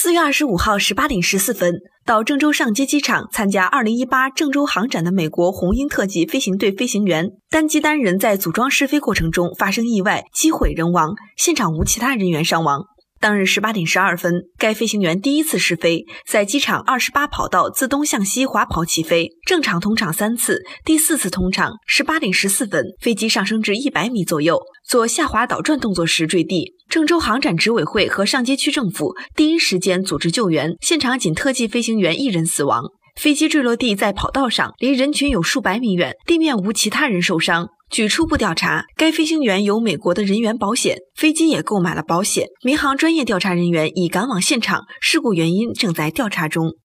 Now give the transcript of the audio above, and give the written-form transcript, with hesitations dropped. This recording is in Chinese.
4月25号18点14分，到郑州上街机场参加2018郑州航展的美国红鹰特技飞行队飞行员单机单人在组装试飞过程中发生意外，机毁人亡，现场无其他人员伤亡。当日18点12分，该飞行员第一次试飞，在机场28跑道自东向西滑跑起飞，正常通场3次，第4次通场18点14分，飞机上升至100米左右，做下滑倒转动作时坠地。郑州航展执委会和上街区政府第一时间组织救援，现场仅特技飞行员1人死亡。飞机坠落地在跑道上，离人群有数百米远，地面无其他人受伤。据初步调查，该飞行员有美国的人员保险，飞机也购买了保险。民航专业调查人员已赶往现场，事故原因正在调查中。